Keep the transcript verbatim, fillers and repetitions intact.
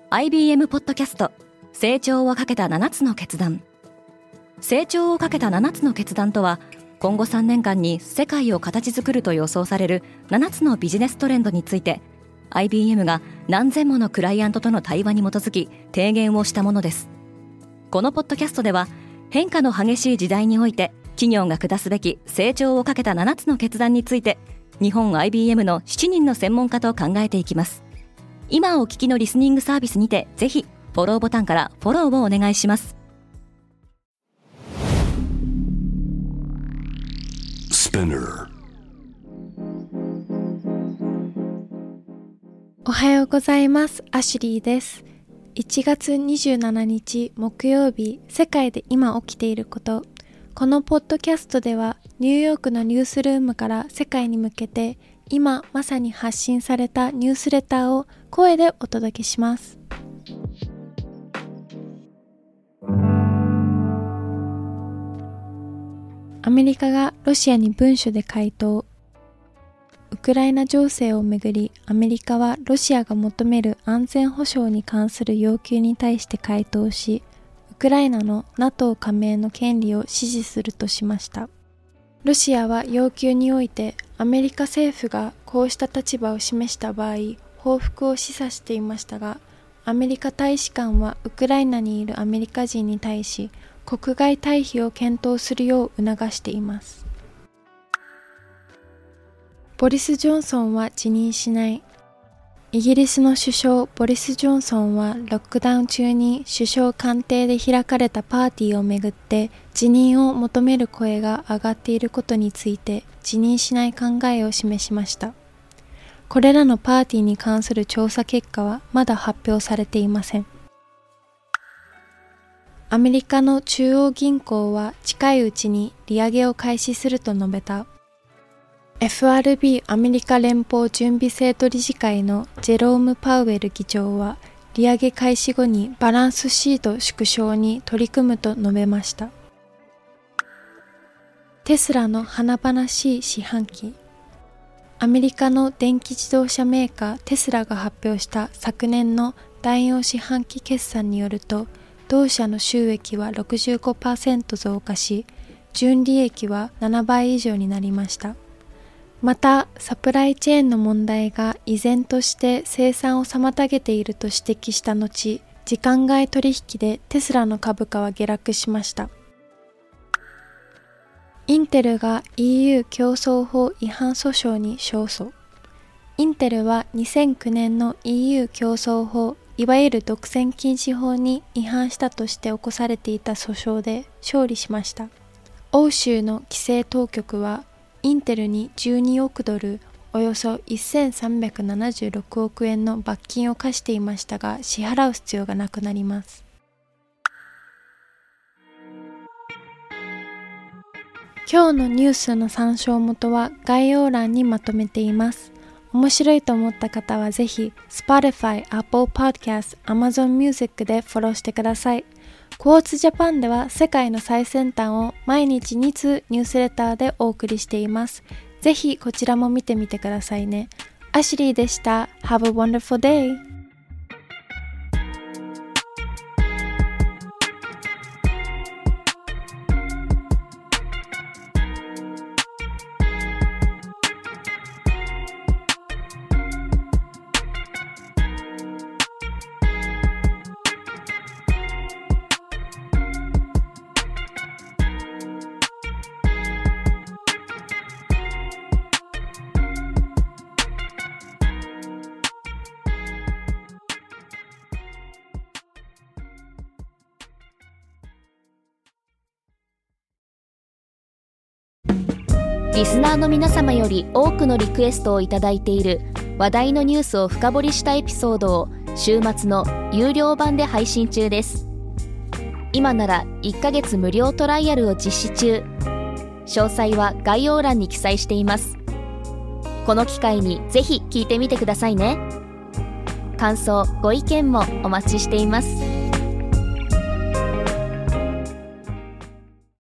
アイビーエム ポッドキャスト成長をかけたななつの決断。成長をかけたななつの決断とは、今後さんねんかんに世界を形作ると予想されるななつのビジネストレンドについて アイビーエム が何千ものクライアントとの対話に基づき提言をしたものです。このポッドキャストでは、変化の激しい時代において企業が下すべき成長をかけたななつの決断について、日本 アイビーエム のしちにんの専門家と考えていきます。今お聞きのリスニングサービスにて、ぜひフォローボタンからフォローをお願いします。 おはようございます。アシュリーです。いちがつにじゅうしちにち木曜日、世界で今起きていること。このポッドキャストでは、ニューヨークのニュースルームから世界に向けて、今まさに発信されたニュースレターを声でお届けします。アメリカがロシアに文書で回答。ウクライナ情勢をめぐり、アメリカはロシアが求める安全保障に関する要求に対して回答し、ウクライナの ナトー 加盟の権利を支持するとしました。ロシアは要求において、アメリカ政府がこうした立場を示した場合、報復を示唆していましたが、アメリカ大使館はウクライナにいるアメリカ人に対し、国外退避を検討するよう促しています。ボリス・ジョンソンは辞任しない。イギリスの首相ボリス・ジョンソンはロックダウン中に首相官邸で開かれたパーティーをめぐって辞任を求める声が上がっていることについて辞任しない考えを示しました。これらのパーティーに関する調査結果はまだ発表されていません。アメリカの中央銀行は近いうちに利上げを開始すると述べた。エフアールビー アメリカ連邦準備制度理事会のジェローム・パウエル議長は、利上げ開始後にバランスシート縮小に取り組むと述べました。テスラの華々しい四半期。アメリカの電気自動車メーカーテスラが発表した昨年のだいよん四半期決算によると、同社の収益は ろくじゅうごパーセント 増加し、純利益はななばい以上になりました。また、サプライチェーンの問題が依然として生産を妨げていると指摘した後、時間外取引でテスラの株価は下落しました。インテルが イーユー 競争法違反訴訟に勝訴。インテルはにせんきゅうねんの イーユー 競争法、いわゆる独占禁止法に違反したとして起こされていた訴訟で勝利しました。欧州の規制当局は、インテルにじゅうにおくドル、およそせんさんびゃくななじゅうろくおくえんの罰金を課していましたが、支払う必要がなくなります。今日のニュースの参照元は概要欄にまとめています。面白いと思った方はぜひ Spotify、Apple Podcast、Amazon Music でフォローしてください。クォーツジャパンでは世界の最先端を毎日につうニュースレターでお送りしています。ぜひこちらも見てみてくださいね。アシュリーでした。Have a wonderful day! リスナーの皆様より多くのリクエストをいただいている話題のニュースを深掘りしたエピソードを週末の有料版で配信中です。今ならいっかげつ無料トライアルを実施中。詳細は概要欄に記載しています。この機会にぜひ聞いてみてくださいね。感想、ご意見もお待ちしています。